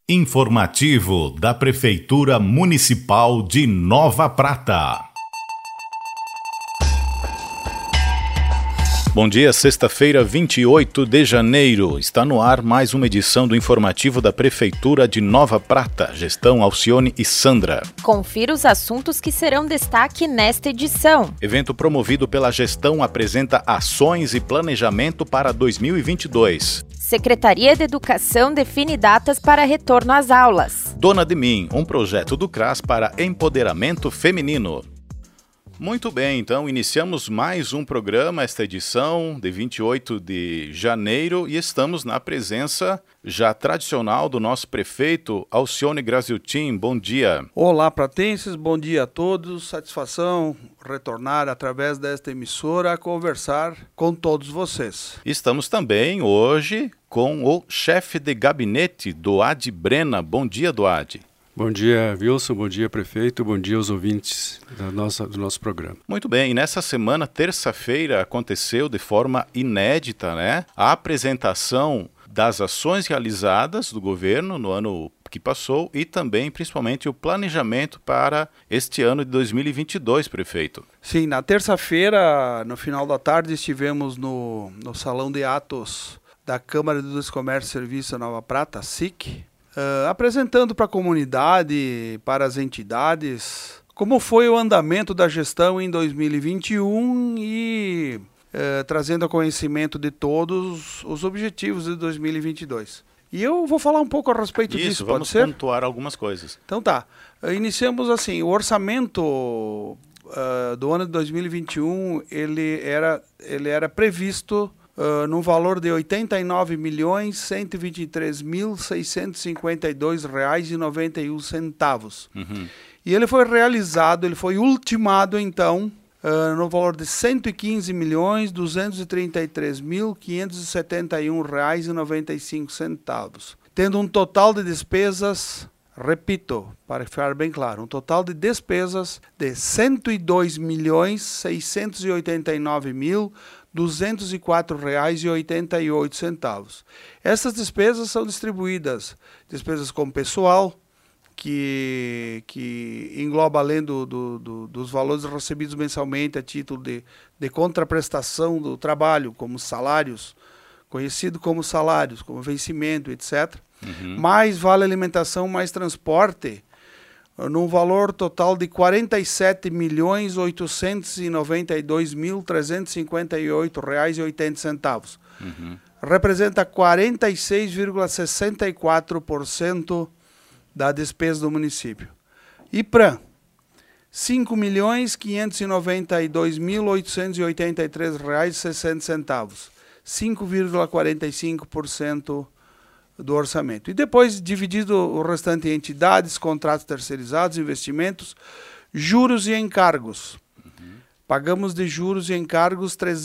Informativo da Prefeitura Municipal de Nova Prata. Bom dia, sexta-feira, 28 de janeiro. Está no ar mais uma edição do Informativo da Prefeitura de Nova Prata. Gestão Alcione e Sandra. Confira os assuntos que serão destaque nesta edição. Evento promovido pela gestão apresenta ações e planejamento para 2022. Secretaria de Educação define datas para retorno às aulas. Dona de Mim, um projeto do CRAS para empoderamento feminino. Muito bem, então iniciamos mais um programa, esta edição de 28 de janeiro, e estamos na presença já tradicional do nosso prefeito, Alcione Graziotin. Bom dia. Olá, pratenses, bom dia a todos. Satisfação retornar através desta emissora a conversar com todos vocês. Estamos também hoje com o chefe de gabinete, Doad Brena. Bom dia, Doad. Bom dia, Wilson. Bom dia, prefeito. Bom dia aos ouvintes do nosso programa. Muito bem. E nessa semana, terça-feira, aconteceu de forma inédita, a apresentação das ações realizadas do governo no ano que passou e também, principalmente, o planejamento para este ano de 2022, prefeito. Sim, na terça-feira, no final da tarde, estivemos no Salão de Atos da Câmara de Indústria, Comércio e Serviço Nova Prata, SIC, apresentando para a comunidade, para as entidades, como foi o andamento da gestão em 2021 e trazendo a conhecimento de todos os objetivos de 2022. E eu vou falar um pouco a respeito disso, pode ser? Vamos pontuar algumas coisas. Então tá, iniciamos assim, o orçamento do ano de 2021, ele era previsto num valor de R$ 89.123.652,91. E ele foi realizado, ele foi ultimado então no valor de R$ 115.233.571,95, tendo um total de despesas, repito, para ficar bem claro, um total de despesas de R$ 102.689.204,88. Essas despesas são distribuídas, despesas com pessoal, que engloba, além dos valores recebidos mensalmente a título de contraprestação do trabalho, como salários, conhecido como salários, como vencimento, etc., mais vale alimentação, mais transporte, num valor total de R$ 47.892.358,80. Representa 46,64% da despesa do município. IPRAM, R$ 5.592.883,60, 5,45% do orçamento. E depois dividido o restante em entidades, contratos terceirizados, investimentos, juros e encargos. Pagamos de juros e encargos R$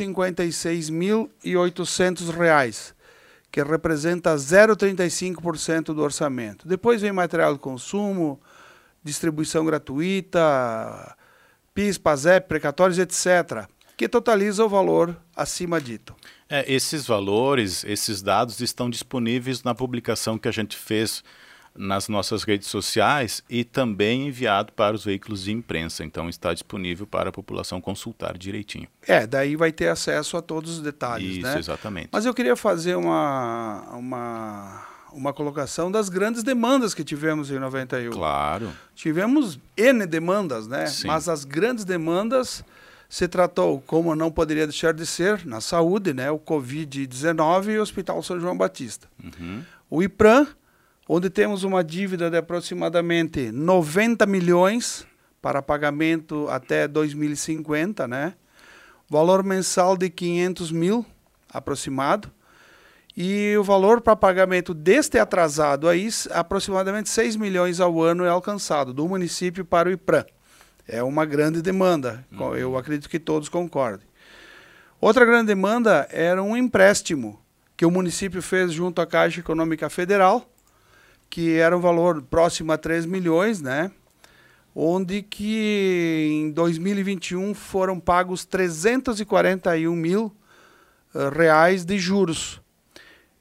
356.800, que representa 0,35% do orçamento. Depois vem material de consumo, distribuição gratuita, PIS, PASEP, precatórios, etc., que totaliza o valor acima dito. Esses valores, esses dados estão disponíveis na publicação que a gente fez nas nossas redes sociais e também enviado para os veículos de imprensa. Então está disponível para a população consultar direitinho. Daí vai ter acesso a todos os detalhes, Isso, exatamente. Mas eu queria fazer uma colocação das grandes demandas que tivemos em 91. Claro. Tivemos N demandas, Sim. Mas as grandes demandas se tratou, como não poderia deixar de ser, na saúde, o Covid-19 e o Hospital São João Batista. O IPRAM, onde temos uma dívida de aproximadamente 90 milhões para pagamento até 2050, valor mensal de 500 mil aproximado, e o valor para pagamento deste atrasado aí, aproximadamente 6 milhões ao ano é alcançado do município para o IPRAM. É uma grande demanda, eu acredito que todos concordem. Outra grande demanda era um empréstimo que o município fez junto à Caixa Econômica Federal, que era um valor próximo a 3 milhões, onde que em 2021 foram pagos 341 mil reais de juros.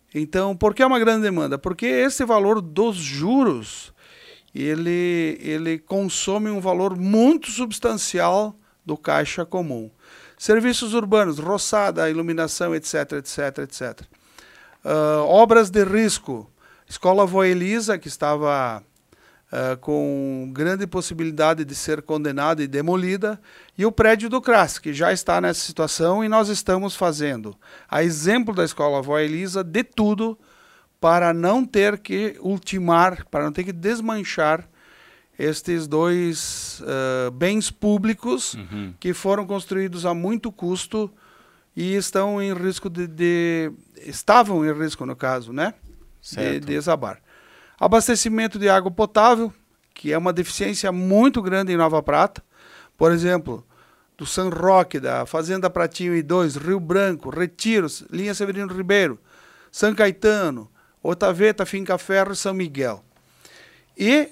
Então, por que é uma grande demanda? Porque esse valor dos juros, ele consome um valor muito substancial do caixa comum. Serviços urbanos, roçada, iluminação, etc, etc, etc. Obras de risco. Escola Vó Elisa, que estava com grande possibilidade de ser condenada e demolida, e o prédio do CRAS, que já está nessa situação, e nós estamos fazendo, a exemplo da Escola Vó Elisa, de tudo para não ter que ultimar, para não ter que desmanchar estes dois bens públicos que foram construídos a muito custo e estão em risco estavam em risco, no caso, né? De desabar. Abastecimento de água potável, que é uma deficiência muito grande em Nova Prata. Por exemplo, do San Roque, da Fazenda Pratinho I2, Rio Branco, Retiros, Linha Severino Ribeiro, São Caetano, Otaveta, Finca Ferro e São Miguel. E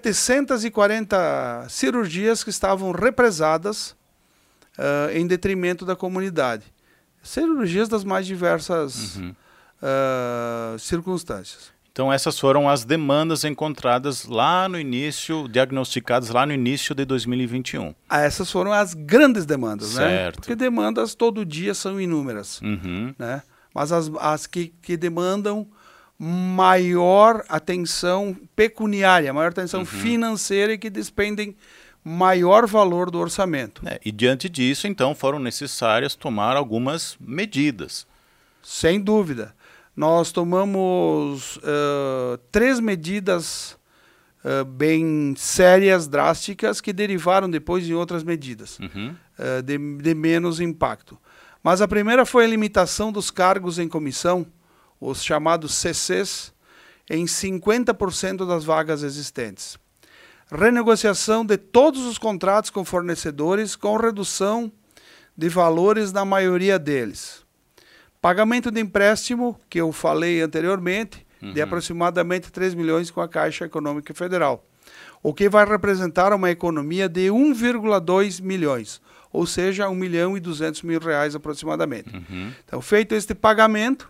740 cirurgias que estavam represadas em detrimento da comunidade. Cirurgias das mais diversas circunstâncias. Então essas foram as demandas encontradas lá no início, diagnosticadas lá no início de 2021. Essas foram as grandes demandas, certo, né? Porque demandas todo dia são inúmeras, né? Mas as que demandam maior atenção pecuniária, maior atenção financeira e que despendem maior valor do orçamento. E diante disso, então, foram necessárias tomar algumas medidas. Sem dúvida. Nós tomamos 3 medidas bem sérias, drásticas, que derivaram depois em outras medidas de menos impacto. Mas a primeira foi a limitação dos cargos em comissão, os chamados CCs, em 50% das vagas existentes. Renegociação de todos os contratos com fornecedores, com redução de valores na maioria deles. Pagamento de empréstimo, que eu falei anteriormente, de aproximadamente 3 milhões com a Caixa Econômica Federal, o que vai representar uma economia de 1,2 milhões, ou seja, R$1.200.000 aproximadamente. Então, feito este pagamento,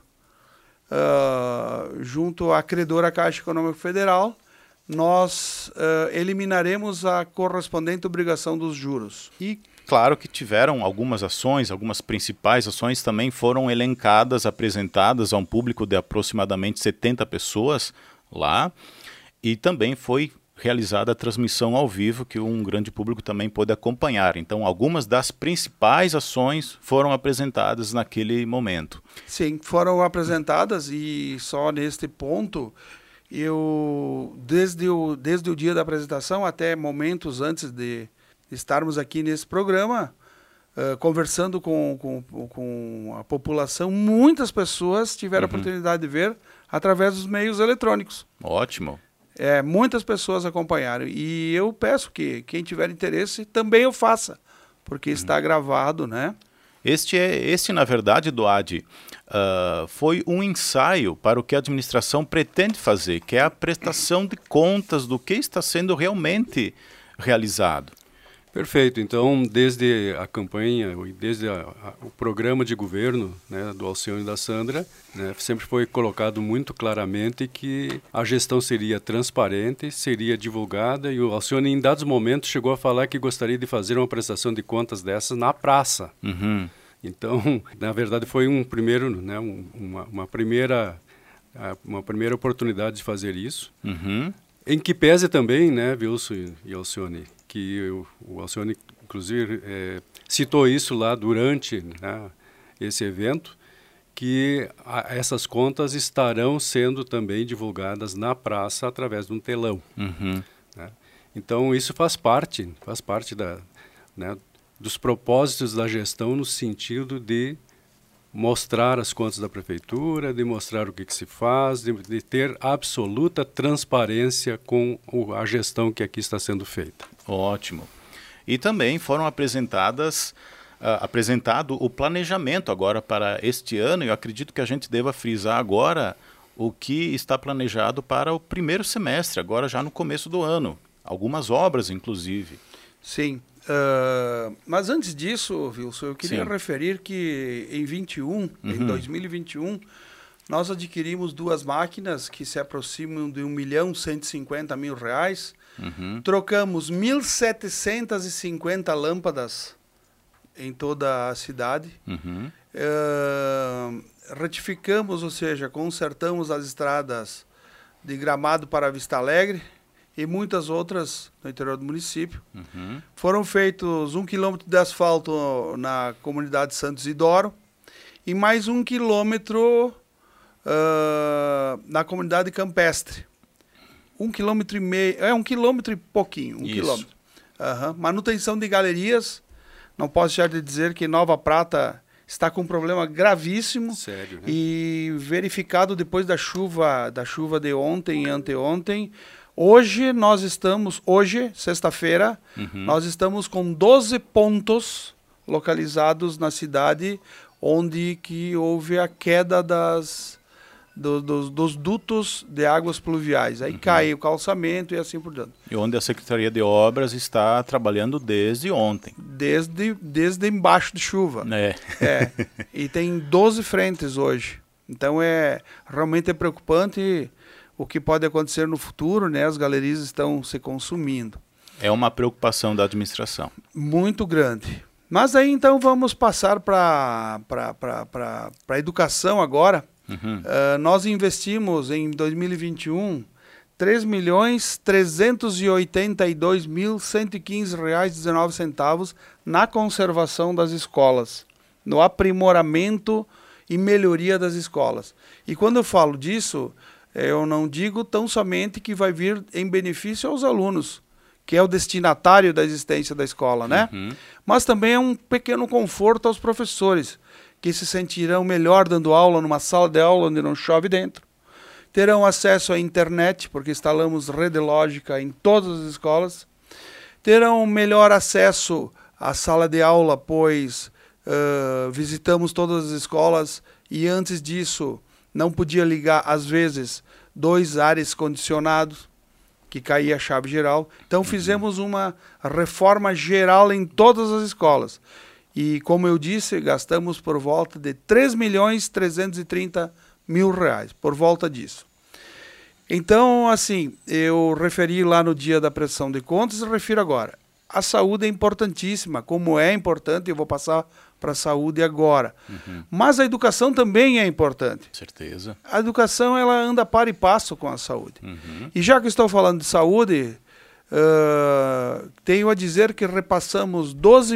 junto à credora Caixa Econômica Federal, nós eliminaremos a correspondente obrigação dos juros. E claro que tiveram algumas ações, algumas principais ações também foram elencadas, apresentadas a um público de aproximadamente 70 pessoas lá, e também foi realizada a transmissão ao vivo, que um grande público também pôde acompanhar. Então, algumas das principais ações foram apresentadas naquele momento. Sim, foram apresentadas, e só neste ponto, eu, desde o dia da apresentação até momentos antes de estarmos aqui nesse programa, conversando com a população, muitas pessoas tiveram a oportunidade de ver através dos meios eletrônicos. Ótimo. Muitas pessoas acompanharam, e eu peço que quem tiver interesse também o faça, porque está gravado, né? Este na verdade, Doade, foi um ensaio para o que a administração pretende fazer, que é a prestação de contas do que está sendo realmente realizado. Perfeito. Então, desde a campanha, desde o programa de governo, né, do Alcione e da Sandra, né, sempre foi colocado muito claramente que a gestão seria transparente, seria divulgada, e o Alcione, em dados momentos, chegou a falar que gostaria de fazer uma prestação de contas dessas na praça. Então, na verdade, foi uma primeira oportunidade de fazer isso. Em que pese também, né, Wilson e Alcione, que o Alcione, inclusive, citou isso lá durante, né, esse evento, que essas contas estarão sendo também divulgadas na praça através de um telão. Né? Então, isso faz parte né, dos propósitos da gestão, no sentido de mostrar as contas da prefeitura, de mostrar o que se faz, de ter absoluta transparência com a gestão que aqui está sendo feita. Ótimo. E também foram apresentado o planejamento agora para este ano, e eu acredito que a gente deva frisar agora o que está planejado para o primeiro semestre, agora já no começo do ano. Algumas obras, inclusive. Sim. Mas antes disso, Wilson, eu queria referir que em 2021, Nós adquirimos 2 máquinas que se aproximam de R$1.150.000. Trocamos 1.750 lâmpadas em toda a cidade. Retificamos, ou seja, consertamos as estradas de Gramado para Vista Alegre e muitas outras no interior do município. Foram feitos 1 quilômetro de asfalto na comunidade Santo Isidoro e mais 1 quilômetro na comunidade Campestre. 1,5 quilômetro, 1 quilômetro e pouquinho, 1 quilômetro. Manutenção de galerias, não posso deixar de dizer que Nova Prata está com um problema gravíssimo. Sério, né? E verificado depois da chuva de ontem e anteontem. Hoje, sexta-feira, nós estamos com 12 pontos localizados na cidade onde que houve a queda dos dutos de águas pluviais. Aí cai o calçamento e assim por diante. E onde a Secretaria de Obras está trabalhando desde ontem. Desde embaixo de chuva. E tem 12 frentes hoje. Então realmente é preocupante o que pode acontecer no futuro, né? As galerias estão se consumindo. É uma preocupação da administração. Muito grande. Mas aí então vamos passar para a educação agora. Nós investimos em 2021 R$3.382.115,19 na conservação das escolas, no aprimoramento e melhoria das escolas. E quando eu falo disso, eu não digo tão somente que vai vir em benefício aos alunos, que é o destinatário da existência da escola, né? Mas também é um pequeno conforto aos professores, que se sentirão melhor dando aula numa sala de aula onde não chove dentro. Terão acesso à internet, porque instalamos rede lógica em todas as escolas. Terão melhor acesso à sala de aula, pois visitamos todas as escolas e antes disso não podia ligar, às vezes, 2 ares condicionados, que caía a chave geral. Então fizemos uma reforma geral em todas as escolas. E, como eu disse, gastamos por volta de R$3.330.000, por volta disso. Então, assim, eu referi lá no dia da prestação de contas e refiro agora. A saúde é importantíssima, como é importante, eu vou passar para a saúde agora. Mas a educação também é importante. Certeza. A educação, ela anda par e passo com a saúde. E já que estou falando de saúde, tenho a dizer que repassamos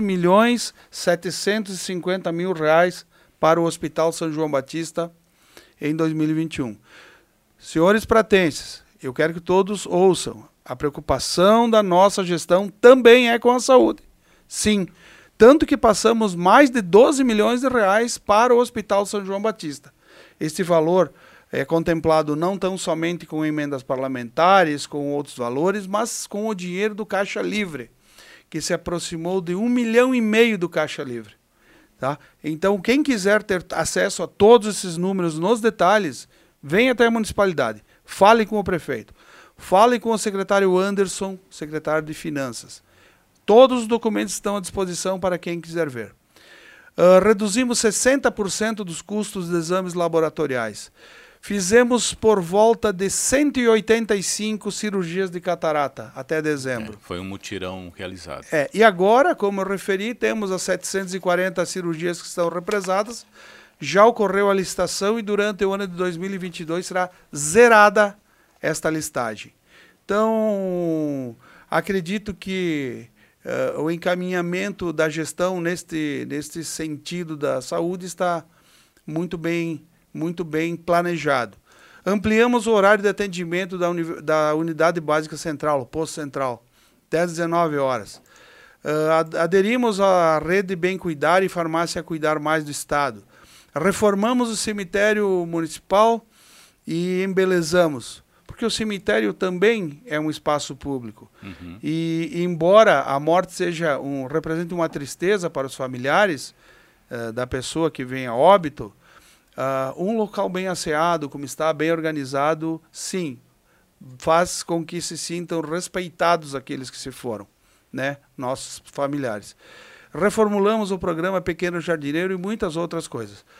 R$12.750.000 para o Hospital São João Batista em 2021. Senhores pratenses, eu quero que todos ouçam. A preocupação da nossa gestão também é com a saúde. Sim, tanto que passamos mais de R$12 milhões para o Hospital São João Batista. Este valor é contemplado não tão somente com emendas parlamentares, com outros valores, mas com o dinheiro do Caixa Livre, que se aproximou de R$1,5 milhão do Caixa Livre. Tá? Então, quem quiser ter acesso a todos esses números nos detalhes, venha até a municipalidade, fale com o prefeito, fale com o secretário Anderson, secretário de Finanças. Todos os documentos estão à disposição para quem quiser ver. Reduzimos 60% dos custos de exames laboratoriais. Fizemos por volta de 185 cirurgias de catarata até dezembro. Foi um mutirão realizado. E agora, como eu referi, temos as 740 cirurgias que estão represadas. Já ocorreu a licitação e durante o ano de 2022 será zerada esta listagem. Então, acredito que o encaminhamento da gestão neste sentido da saúde está muito bem planejado. Ampliamos o horário de atendimento da Unidade Básica Central, o Posto Central, até às 19 horas. Aderimos à Rede Bem Cuidar e Farmácia Cuidar Mais do Estado. Reformamos o cemitério municipal e embelezamos, porque o cemitério também é um espaço público. E embora a morte represente uma tristeza para os familiares da pessoa que vem a óbito, um local bem asseado, como está, bem organizado, sim, faz com que se sintam respeitados aqueles que se foram, né? Nossos familiares. Reformulamos o programa Pequeno Jardineiro e muitas outras coisas.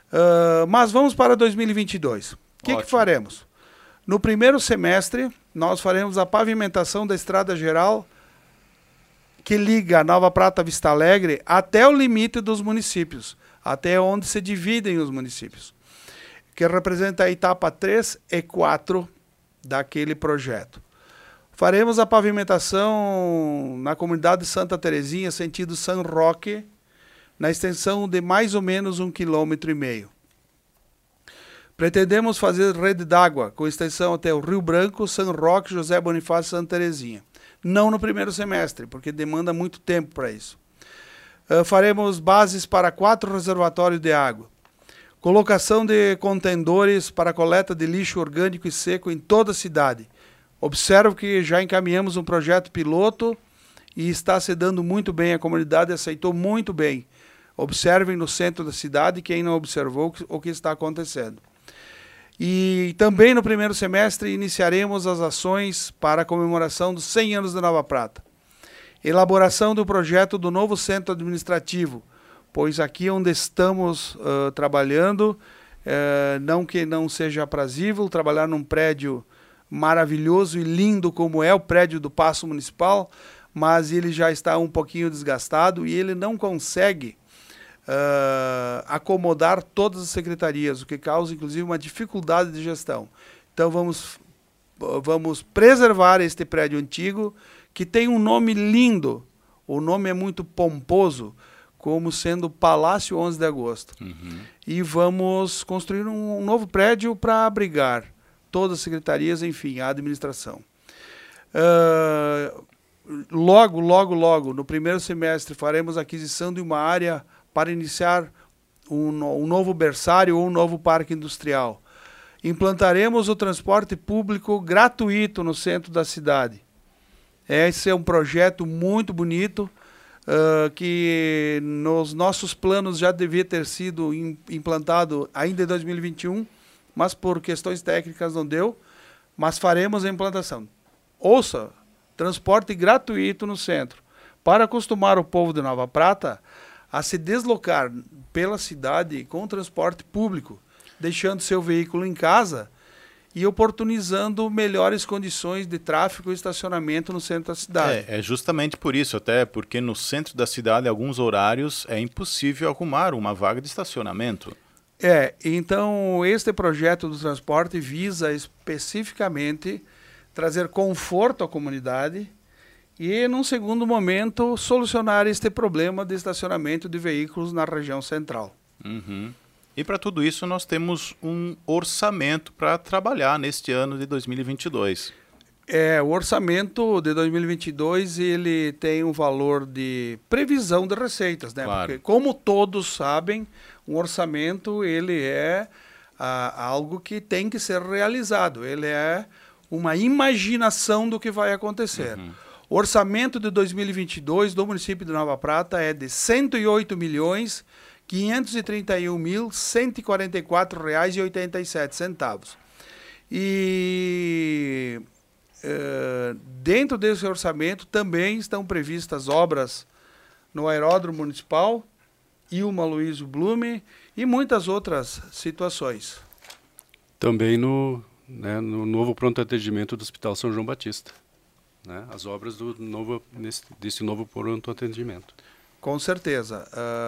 Mas vamos para 2022. O que faremos? No primeiro semestre, nós faremos a pavimentação da estrada geral que liga a Nova Prata a Vista Alegre até o limite dos municípios, até onde se dividem os municípios, que representa a etapa 3 e 4 daquele projeto. Faremos a pavimentação na comunidade de Santa Terezinha, sentido São Roque, na extensão de mais ou menos 1,5 km. Pretendemos fazer rede d'água com extensão até o Rio Branco, São Roque, José Bonifácio e Santa Terezinha. Não no primeiro semestre, porque demanda muito tempo para isso. Faremos bases para 4 reservatórios de água. Colocação de contendores para coleta de lixo orgânico e seco em toda a cidade. Observo que já encaminhamos um projeto piloto e está se dando muito bem, a comunidade aceitou muito bem. Observem no centro da cidade, quem não observou o que está acontecendo. E também no primeiro semestre iniciaremos as ações para a comemoração dos 100 anos da Nova Prata. Elaboração do projeto do novo centro administrativo, pois aqui onde estamos trabalhando, não que não seja aprazível trabalhar num prédio maravilhoso e lindo como é o prédio do Paço Municipal, mas ele já está um pouquinho desgastado e ele não consegue acomodar todas as secretarias, o que causa inclusive uma dificuldade de gestão. Então vamos preservar este prédio antigo, que tem um nome lindo, o nome é muito pomposo, como sendo Palácio 11 de Agosto. E vamos construir um novo prédio para abrigar todas as secretarias, enfim, a administração. Logo, no primeiro semestre, faremos a aquisição de uma área para iniciar um novo berçário ou um novo parque industrial. Implantaremos o transporte público gratuito no centro da cidade. Esse é um projeto muito bonito, que nos nossos planos já devia ter sido implantado ainda em 2021, mas por questões técnicas não deu, mas faremos a implantação. Ouça, transporte gratuito no centro, para acostumar o povo de Nova Prata a se deslocar pela cidade com transporte público, deixando seu veículo em casa e oportunizando melhores condições de tráfego e estacionamento no centro da cidade. É justamente por isso, até porque no centro da cidade, em alguns horários, é impossível arrumar uma vaga de estacionamento. Então este projeto do transporte visa especificamente trazer conforto à comunidade e, num segundo momento, solucionar este problema de estacionamento de veículos na região central. E para tudo isso nós temos um orçamento para trabalhar neste ano de 2022. O orçamento de 2022 ele tem um valor de previsão de receitas, né? Claro. Porque, como todos sabem, um orçamento ele é algo que tem que ser realizado. Ele é uma imaginação do que vai acontecer. O orçamento de 2022 do município de Nova Prata é de R$ 108.531.144,87. E dentro desse orçamento também estão previstas obras no Aeródromo Municipal, Ilma Luiz Blume e muitas outras situações. Também no novo pronto atendimento do Hospital São João Batista. As obras desse novo pronto atendimento. Com certeza.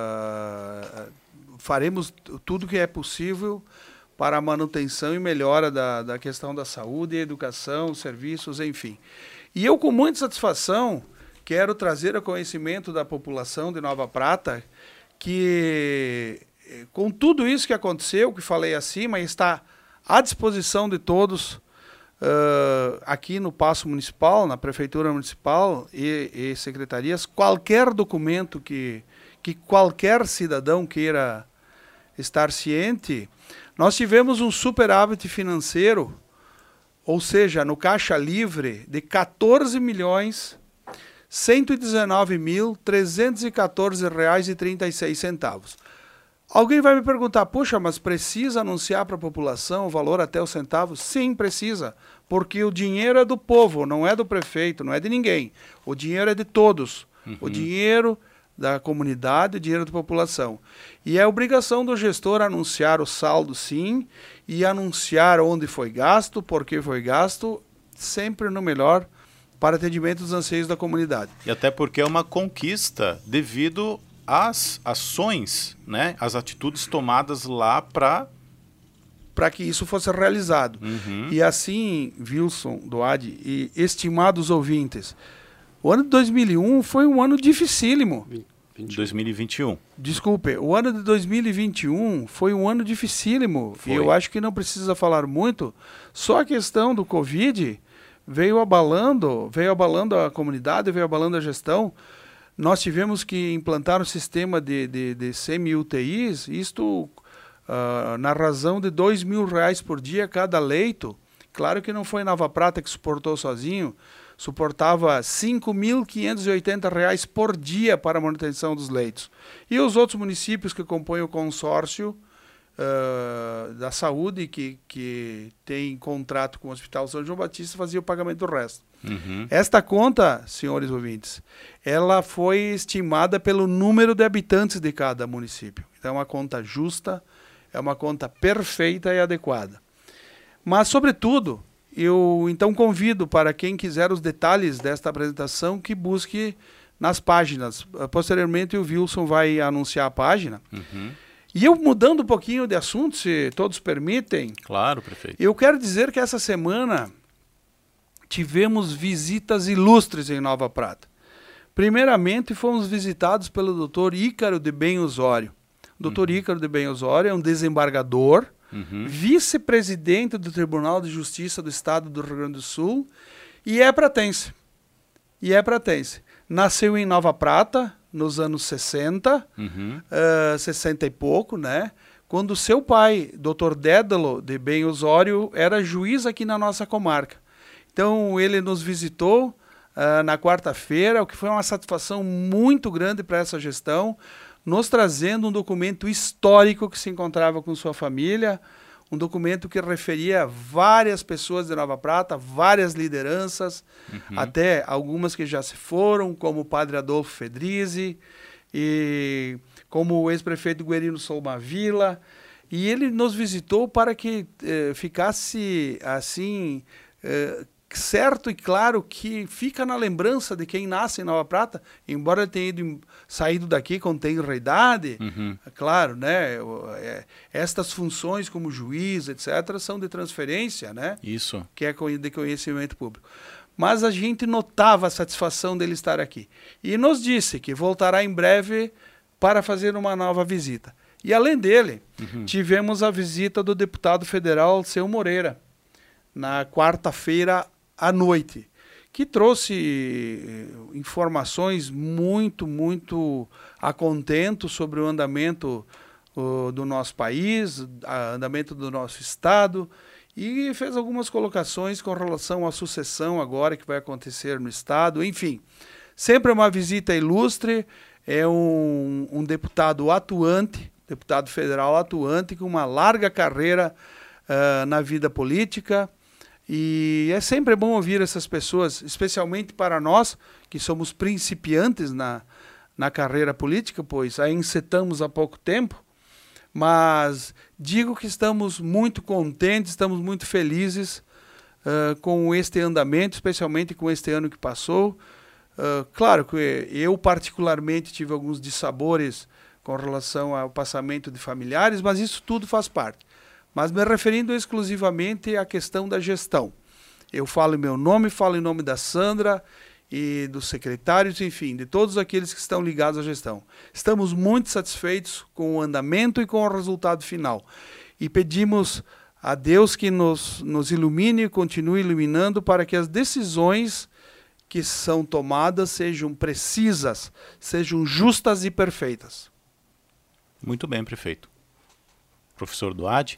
Faremos tudo que é possível para a manutenção e melhora da questão da saúde, educação, serviços, enfim. E eu, com muita satisfação, quero trazer a conhecimento da população de Nova Prata que, com tudo isso que aconteceu, que falei acima, está à disposição de todos aqui no Paço Municipal, na Prefeitura Municipal e secretarias, qualquer documento que qualquer cidadão queira estar ciente. Nós tivemos um superávit financeiro, ou seja, no caixa livre, de R$ 14.119.314,36. Alguém vai me perguntar, puxa, mas precisa anunciar para a população o valor até os centavos? Sim, precisa, porque o dinheiro é do povo, não é do prefeito, não é de ninguém. O dinheiro é de todos. O dinheiro da comunidade, o dinheiro da população. E é obrigação do gestor anunciar o saldo, sim, e anunciar onde foi gasto, por que foi gasto, sempre no melhor para atendimento dos anseios da comunidade. E até porque é uma conquista devido às ações, né, as atitudes tomadas lá para que isso fosse realizado. E assim, Wilson, Doade e estimados ouvintes, o ano de 2001 foi um ano dificílimo. 2021. Desculpe, o ano de 2021 foi um ano dificílimo. E eu acho que não precisa falar muito. Só a questão do Covid veio abalando a comunidade, veio abalando a gestão. Nós tivemos que implantar um sistema de semi-UTIs, isto na razão de R$2.000 por dia cada leito. Claro que não foi Nova Prata que suportou sozinho, suportava R$5.580 por dia para a manutenção dos leitos. E os outros municípios que compõem o consórcio da saúde, que tem contrato com o Hospital São João Batista, fazia o pagamento do resto. Esta conta, senhores ouvintes, ela foi estimada pelo número de habitantes de cada município. Então é uma conta justa, é uma conta perfeita e adequada. Mas, sobretudo, eu então convido para quem quiser os detalhes desta apresentação que busque nas páginas. Posteriormente o Wilson vai anunciar a página. E eu mudando um pouquinho de assunto, se todos permitem. Claro, prefeito. Eu quero dizer que essa semana tivemos visitas ilustres em Nova Prata. Primeiramente fomos visitados pelo Dr. Ícaro de Bem Osório. O Dr. Ícaro de Bem Osório é um desembargador, vice-presidente do Tribunal de Justiça do Estado do Rio Grande do Sul e é pratense. Nasceu em Nova Prata nos anos 60, 60 e pouco, né? Quando seu pai, Dr. Dédalo de Bem Osório, era juiz aqui na nossa comarca. Então ele nos visitou na quarta-feira, o que foi uma satisfação muito grande para essa gestão, nos trazendo um documento histórico que se encontrava com sua família, um documento que referia várias pessoas de Nova Prata, várias lideranças, até algumas que já se foram, como o padre Adolfo Fedrizzi, e como o ex-prefeito Guerino Solmavila, e ele nos visitou para que ficasse assim certo e claro que fica na lembrança de quem nasce em Nova Prata, embora ele tenha saído daqui com tenra idade, claro, né? Estas funções como juiz, etc., são de transferência, né? Isso. Que é de conhecimento público. Mas a gente notava a satisfação dele estar aqui. E nos disse que voltará em breve para fazer uma nova visita. E além dele, tivemos a visita do deputado federal Seu Moreira, na quarta-feira à noite, que trouxe informações muito a contento sobre o andamento do nosso país, o andamento do nosso estado, e fez algumas colocações com relação à sucessão agora que vai acontecer no estado. Enfim, sempre uma visita ilustre, é um deputado atuante, deputado federal atuante, com uma larga carreira na vida política. E é sempre bom ouvir essas pessoas, especialmente para nós, que somos principiantes na carreira política, pois a encetamos há pouco tempo, mas digo que estamos muito contentes, estamos muito felizes com este andamento, especialmente com este ano que passou. Claro que eu particularmente tive alguns dissabores com relação ao passamento de familiares, mas isso tudo faz parte. Mas me referindo exclusivamente à questão da gestão. Eu falo em meu nome, falo em nome da Sandra e dos secretários, enfim, de todos aqueles que estão ligados à gestão. Estamos muito satisfeitos com o andamento e com o resultado final. E pedimos a Deus que nos ilumine e continue iluminando para que as decisões que são tomadas sejam precisas, sejam justas e perfeitas. Muito bem, prefeito. Professor Doade?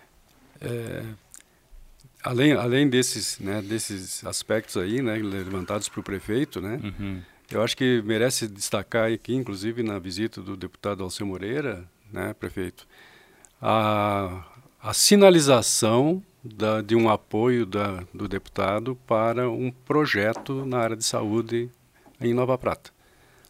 Além desses aspectos aí, né, levantados para o prefeito, né, eu acho que merece destacar aqui, inclusive na visita do deputado Alceu Moreira, né, prefeito, a sinalização de um apoio do deputado para um projeto na área de saúde em Nova Prata.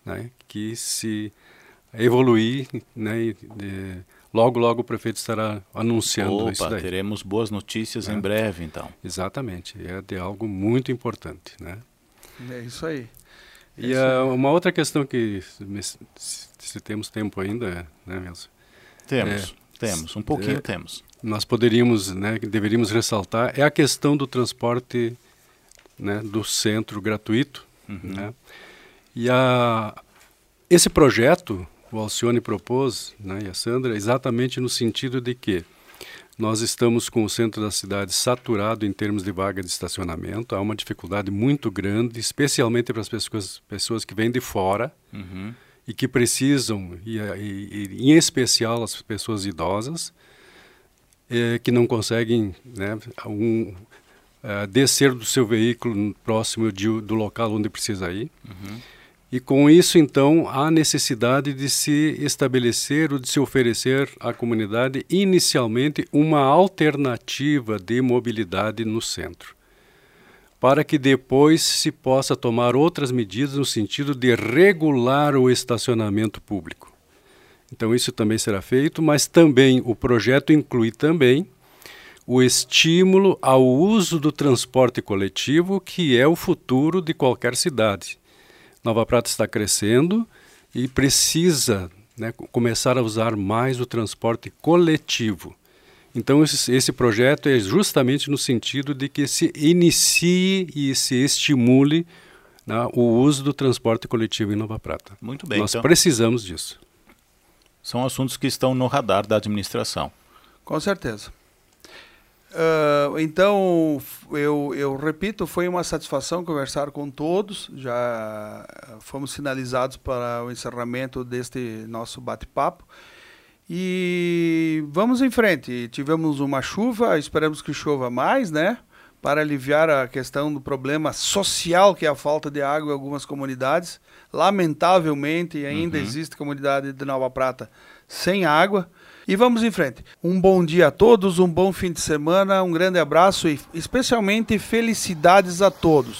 né, que se evoluir, né, logo o prefeito estará anunciando isso daí. Teremos boas notícias em breve, então. Exatamente, é de algo muito importante, né? É isso aí. E uma outra questão que, se temos tempo ainda, né, Wilson? Temos, um pouquinho temos. Nós poderíamos, né, deveríamos ressaltar, é a questão do transporte, né, do centro gratuito, né? E esse projeto, o Alcione propôs, né, e a Sandra, exatamente no sentido de que nós estamos com o centro da cidade saturado em termos de vaga de estacionamento, há uma dificuldade muito grande, especialmente para as pessoas que vêm de fora e que precisam, e em especial as pessoas idosas, que não conseguem, né, descer do seu veículo próximo do local onde precisa ir. E com isso, então, há necessidade de se estabelecer ou de se oferecer à comunidade, inicialmente, uma alternativa de mobilidade no centro, para que depois se possa tomar outras medidas no sentido de regular o estacionamento público. Então, isso também será feito, mas também o projeto inclui também o estímulo ao uso do transporte coletivo, que é o futuro de qualquer cidade. Nova Prata está crescendo e precisa, né, começar a usar mais o transporte coletivo. Então, esse projeto é justamente no sentido de que se inicie e se estimule, né, o uso do transporte coletivo em Nova Prata. Muito bem. Nós precisamos disso. São assuntos que estão no radar da administração. Com certeza. Então, eu repito, foi uma satisfação conversar com todos. Já fomos sinalizados para o encerramento deste nosso bate-papo. E vamos em frente. Tivemos uma chuva, esperamos que chova mais, né? Para aliviar a questão do problema social que é a falta de água em algumas comunidades. Lamentavelmente, ainda existe comunidade de Nova Prata sem água. E vamos em frente. Um bom dia a todos, um bom fim de semana, um grande abraço e especialmente felicidades a todos.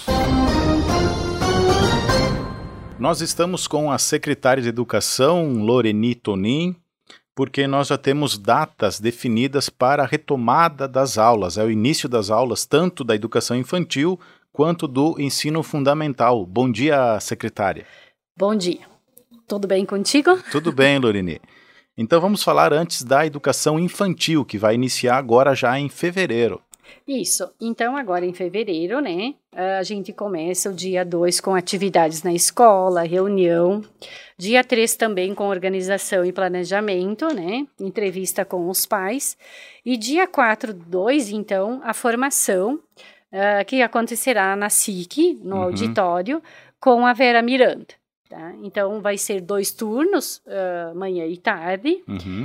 Nós estamos com a secretária de Educação, Loreni Tonin, porque nós já temos datas definidas para a retomada das aulas. É o início das aulas, tanto da educação infantil quanto do ensino fundamental. Bom dia, secretária. Bom dia. Tudo bem contigo? Tudo bem, Loreni. Então vamos falar antes da educação infantil, que vai iniciar agora já em fevereiro. Isso. Então agora em fevereiro, né, a gente começa o dia 2 com atividades na escola, reunião. Dia 3 também com organização e planejamento, né, entrevista com os pais. E dia 4/2, então, a formação que acontecerá na SIC, no auditório, com a Vera Miranda. Tá? Então, vai ser 2 turnos, manhã e tarde,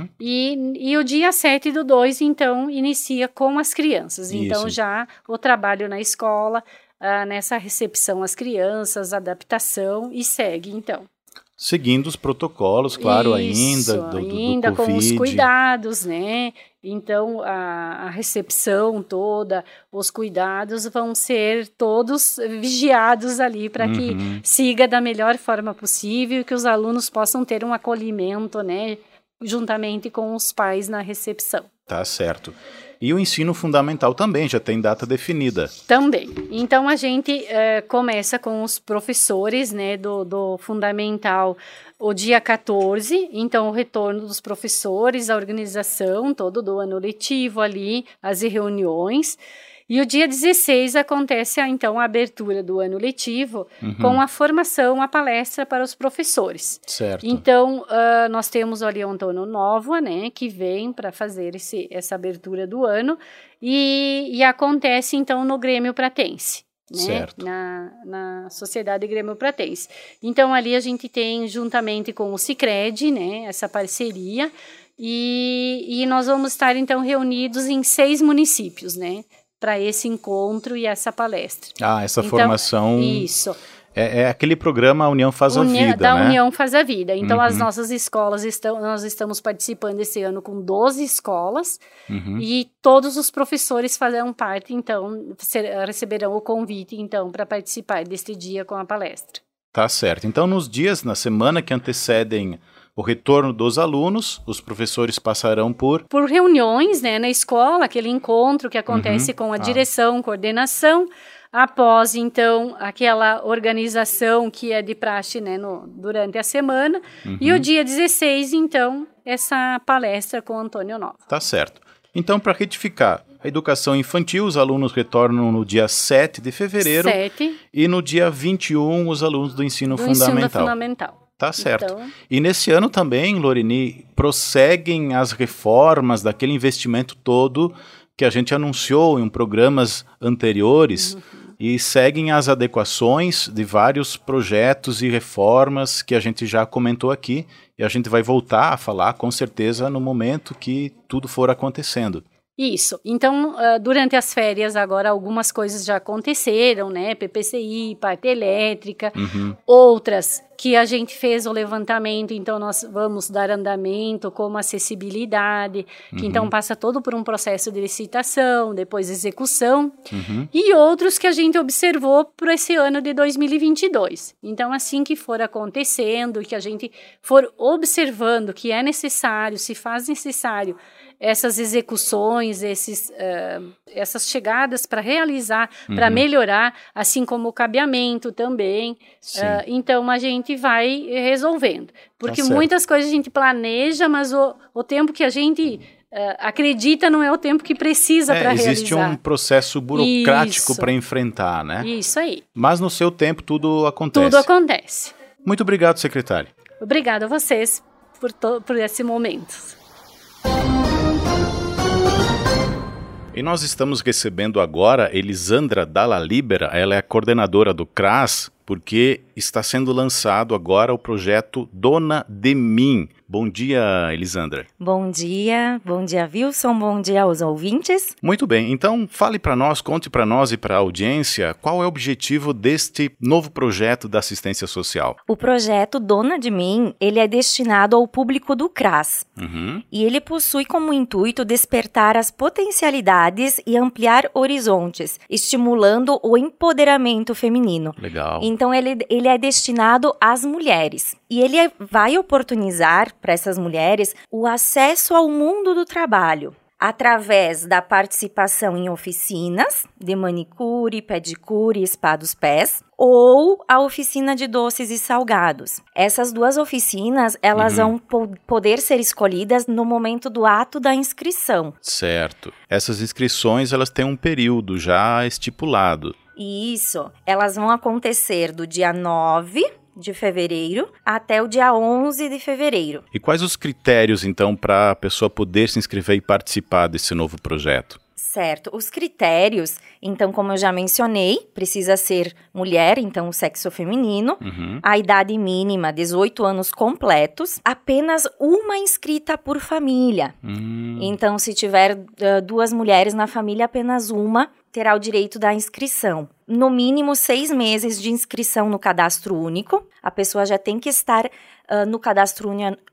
e o dia 7/2, então, inicia com as crianças. Então, já o trabalho na escola, nessa recepção às crianças, adaptação, e segue, então. Seguindo os protocolos, claro, ainda do com Covid. os cuidados, né? Então, a recepção toda, os cuidados vão ser todos vigiados ali para que siga da melhor forma possível e que os alunos possam ter um acolhimento, né? Juntamente com os pais na recepção. Tá certo. E o ensino fundamental também já tem data definida. Também. Então, a gente começa com os professores, né, do fundamental o dia 14, então o retorno dos professores, a organização todo do ano letivo ali, as reuniões. E o dia 16 acontece, então, a abertura do ano letivo com a formação, a palestra para os professores. Certo. Então, nós temos o Ali Antônio Nova, né, que vem para fazer essa abertura do ano e acontece, então, no Grêmio Pratense. Né, certo. Na Sociedade Grêmio Pratense. Então, ali a gente tem, juntamente com o Sicredi, né, essa parceria, e nós vamos estar, então, reunidos em 6 municípios, né, para esse encontro e essa palestra. Essa formação... Isso. É aquele programa União Faz a Vida, da né? União Faz a Vida. Então, as nossas escolas, nós estamos participando esse ano com 12 escolas e todos os professores farão parte, então, receberão o convite, então, para participar deste dia com a palestra. Tá certo. Então, na semana que antecedem o retorno dos alunos, os professores passarão por reuniões, né, na escola, aquele encontro que acontece com a direção, coordenação, após, então, aquela organização que é de praxe, né, durante a semana, e o dia 16, então, essa palestra com o Antônio Nova. Tá certo. Então, para retificar, a educação infantil, os alunos retornam no dia 7 de fevereiro. 7. E no dia 21, os alunos do ensino fundamental. Tá certo. Então... E nesse ano também, Lorini, prosseguem as reformas daquele investimento todo que a gente anunciou em programas anteriores e seguem as adequações de vários projetos e reformas que a gente já comentou aqui e a gente vai voltar a falar com certeza no momento que tudo for acontecendo. Isso. Então, durante as férias agora algumas coisas já aconteceram, né? PPCI, parte elétrica, outras que a gente fez o levantamento, então nós vamos dar andamento, como acessibilidade, que então passa todo por um processo de licitação, depois execução, e outros que a gente observou para esse ano de 2022. Então, assim que for acontecendo, que a gente for observando que é necessário, se faz necessário, essas execuções, essas chegadas para realizar, para melhorar, assim como o cabeamento também. Então, a gente vai resolvendo. Porque muitas coisas a gente planeja, mas o tempo que a gente acredita não é o tempo que precisa para realizar. Existe um processo burocrático para enfrentar, né? Isso aí. Mas no seu tempo tudo acontece. Tudo acontece. Muito obrigado, secretária. Obrigada a vocês por esse momento. E nós estamos recebendo agora Elisandra Dalla Libera, ela é a coordenadora do CRAS, porque está sendo lançado agora o projeto Dona de Mim. Bom dia, Elisandra. Bom dia Wilson, bom dia aos ouvintes. Muito bem, então fale para nós, conte para nós e para a audiência qual é o objetivo deste novo projeto da assistência social. O projeto Dona de Mim, ele é destinado ao público do CRAS e ele possui como intuito despertar as potencialidades e ampliar horizontes, estimulando o empoderamento feminino. Legal. Então ele é destinado às mulheres e ele vai oportunizar para essas mulheres o acesso ao mundo do trabalho através da participação em oficinas de manicure, pedicure e spa dos pés ou a oficina de doces e salgados. Essas duas oficinas, elas vão poder ser escolhidas no momento do ato da inscrição. Certo. Essas inscrições, elas têm um período já estipulado. Isso. Elas vão acontecer do dia 9 de fevereiro até o dia 11 de fevereiro. E quais os critérios, então, para a pessoa poder se inscrever e participar desse novo projeto? Certo. Os critérios, então, como eu já mencionei, precisa ser mulher, então o sexo feminino, a idade mínima, 18 anos completos, apenas uma inscrita por família. Então, se tiver 2 mulheres na família, apenas uma terá o direito da inscrição. No mínimo 6 meses de inscrição no cadastro único. A pessoa já tem que estar no cadastro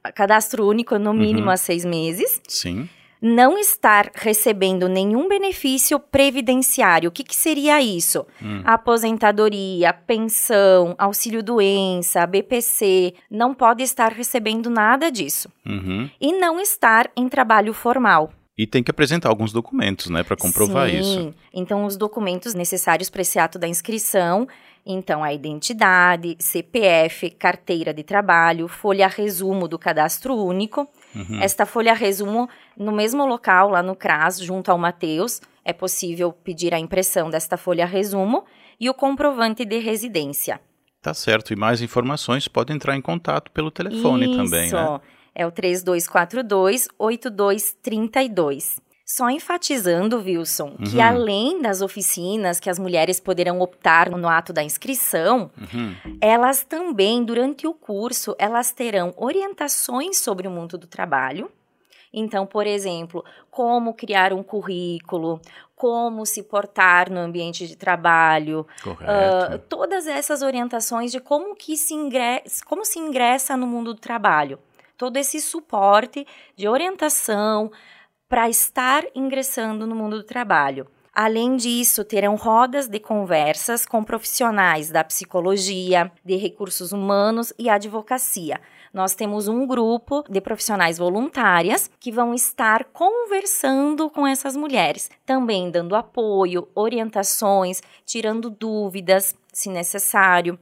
único no mínimo há 6 meses. Sim. Não estar recebendo nenhum benefício previdenciário. O que seria isso? Aposentadoria, pensão, auxílio-doença, BPC. Não pode estar recebendo nada disso. E não estar em trabalho formal. E tem que apresentar alguns documentos, né, para comprovar isso. Sim, então os documentos necessários para esse ato da inscrição, então a identidade, CPF, carteira de trabalho, folha resumo do cadastro único. Esta folha resumo, no mesmo local, lá no CRAS, junto ao Mateus, é possível pedir a impressão desta folha resumo e o comprovante de residência. Tá certo, e mais informações pode entrar em contato pelo telefone também, né? É o 3242-8232. Só enfatizando, Wilson, que além das oficinas que as mulheres poderão optar no ato da inscrição, elas também, durante o curso, elas terão orientações sobre o mundo do trabalho. Então, por exemplo, como criar um currículo, como se portar no ambiente de trabalho. Correto. Todas essas orientações de como se ingressa no mundo do trabalho. Todo esse suporte de orientação para estar ingressando no mundo do trabalho. Além disso, terão rodas de conversas com profissionais da psicologia, de recursos humanos e advocacia. Nós temos um grupo de profissionais voluntárias que vão estar conversando com essas mulheres, também dando apoio, orientações, tirando dúvidas, se necessário.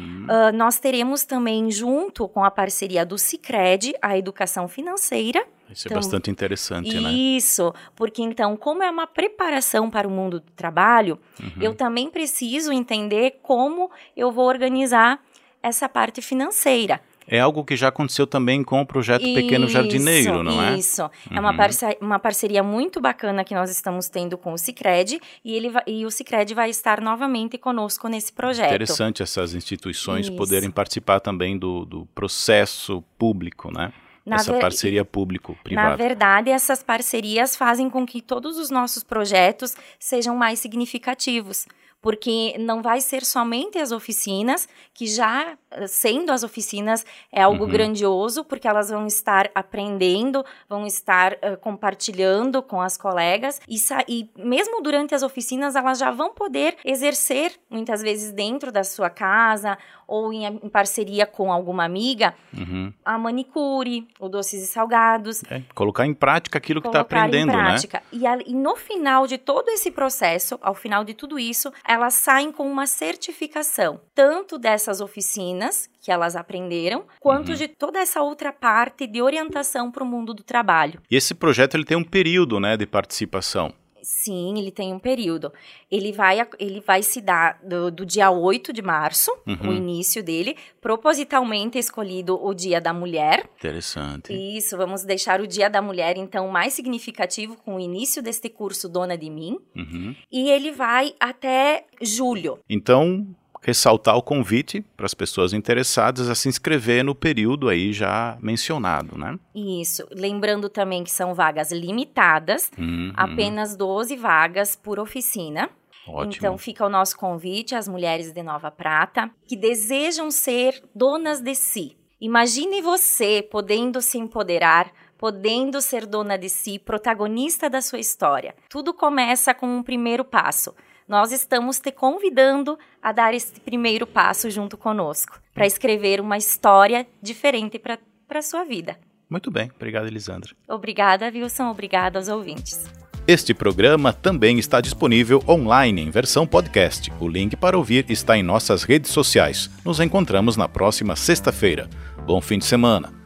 Nós teremos também, junto com a parceria do Sicredi, a educação financeira. Isso é bastante interessante, né? Isso, porque então, como é uma preparação para o mundo do trabalho, eu também preciso entender como eu vou organizar essa parte financeira. É algo que já aconteceu também com o projeto Pequeno Jardineiro, não é? Isso, é uma parceria muito bacana que nós estamos tendo com o Sicredi e o Sicredi vai estar novamente conosco nesse projeto. Interessante essas instituições poderem participar também do processo público, né? Essa parceria público-privada. Na verdade, essas parcerias fazem com que todos os nossos projetos sejam mais significativos, porque não vai ser somente as oficinas, que já sendo as oficinas é algo grandioso, porque elas vão estar aprendendo, vão estar compartilhando com as colegas, e mesmo durante as oficinas elas já vão poder exercer, muitas vezes dentro da sua casa, ou em parceria com alguma amiga, a manicure, o doces e salgados. Colocar em prática aquilo que está aprendendo, né? E no final de todo esse processo, ao final de tudo isso, elas saem com uma certificação, tanto dessas oficinas que elas aprenderam, quanto de toda essa outra parte de orientação para o mundo do trabalho. E esse projeto ele tem um período, né, de participação. Sim, ele tem um período. Ele vai se dar do dia 8 de março, o início dele, propositalmente escolhido o Dia da Mulher. Interessante. Isso, vamos deixar o Dia da Mulher, então, mais significativo com o início deste curso Dona de Mim. E ele vai até julho. Então, ressaltar o convite para as pessoas interessadas a se inscrever no período aí já mencionado, né? Isso. Lembrando também que são vagas limitadas, apenas 12 vagas por oficina. Ótimo. Então, fica o nosso convite às mulheres de Nova Prata que desejam ser donas de si. Imagine você podendo se empoderar, podendo ser dona de si, protagonista da sua história. Tudo começa com um primeiro passo. Nós estamos te convidando a dar esse primeiro passo junto conosco, para escrever uma história diferente para a sua vida. Muito bem, obrigado, Elisandra. Obrigada, Wilson, obrigada aos ouvintes. Este programa também está disponível online em versão podcast. O link para ouvir está em nossas redes sociais. Nos encontramos na próxima sexta-feira. Bom fim de semana.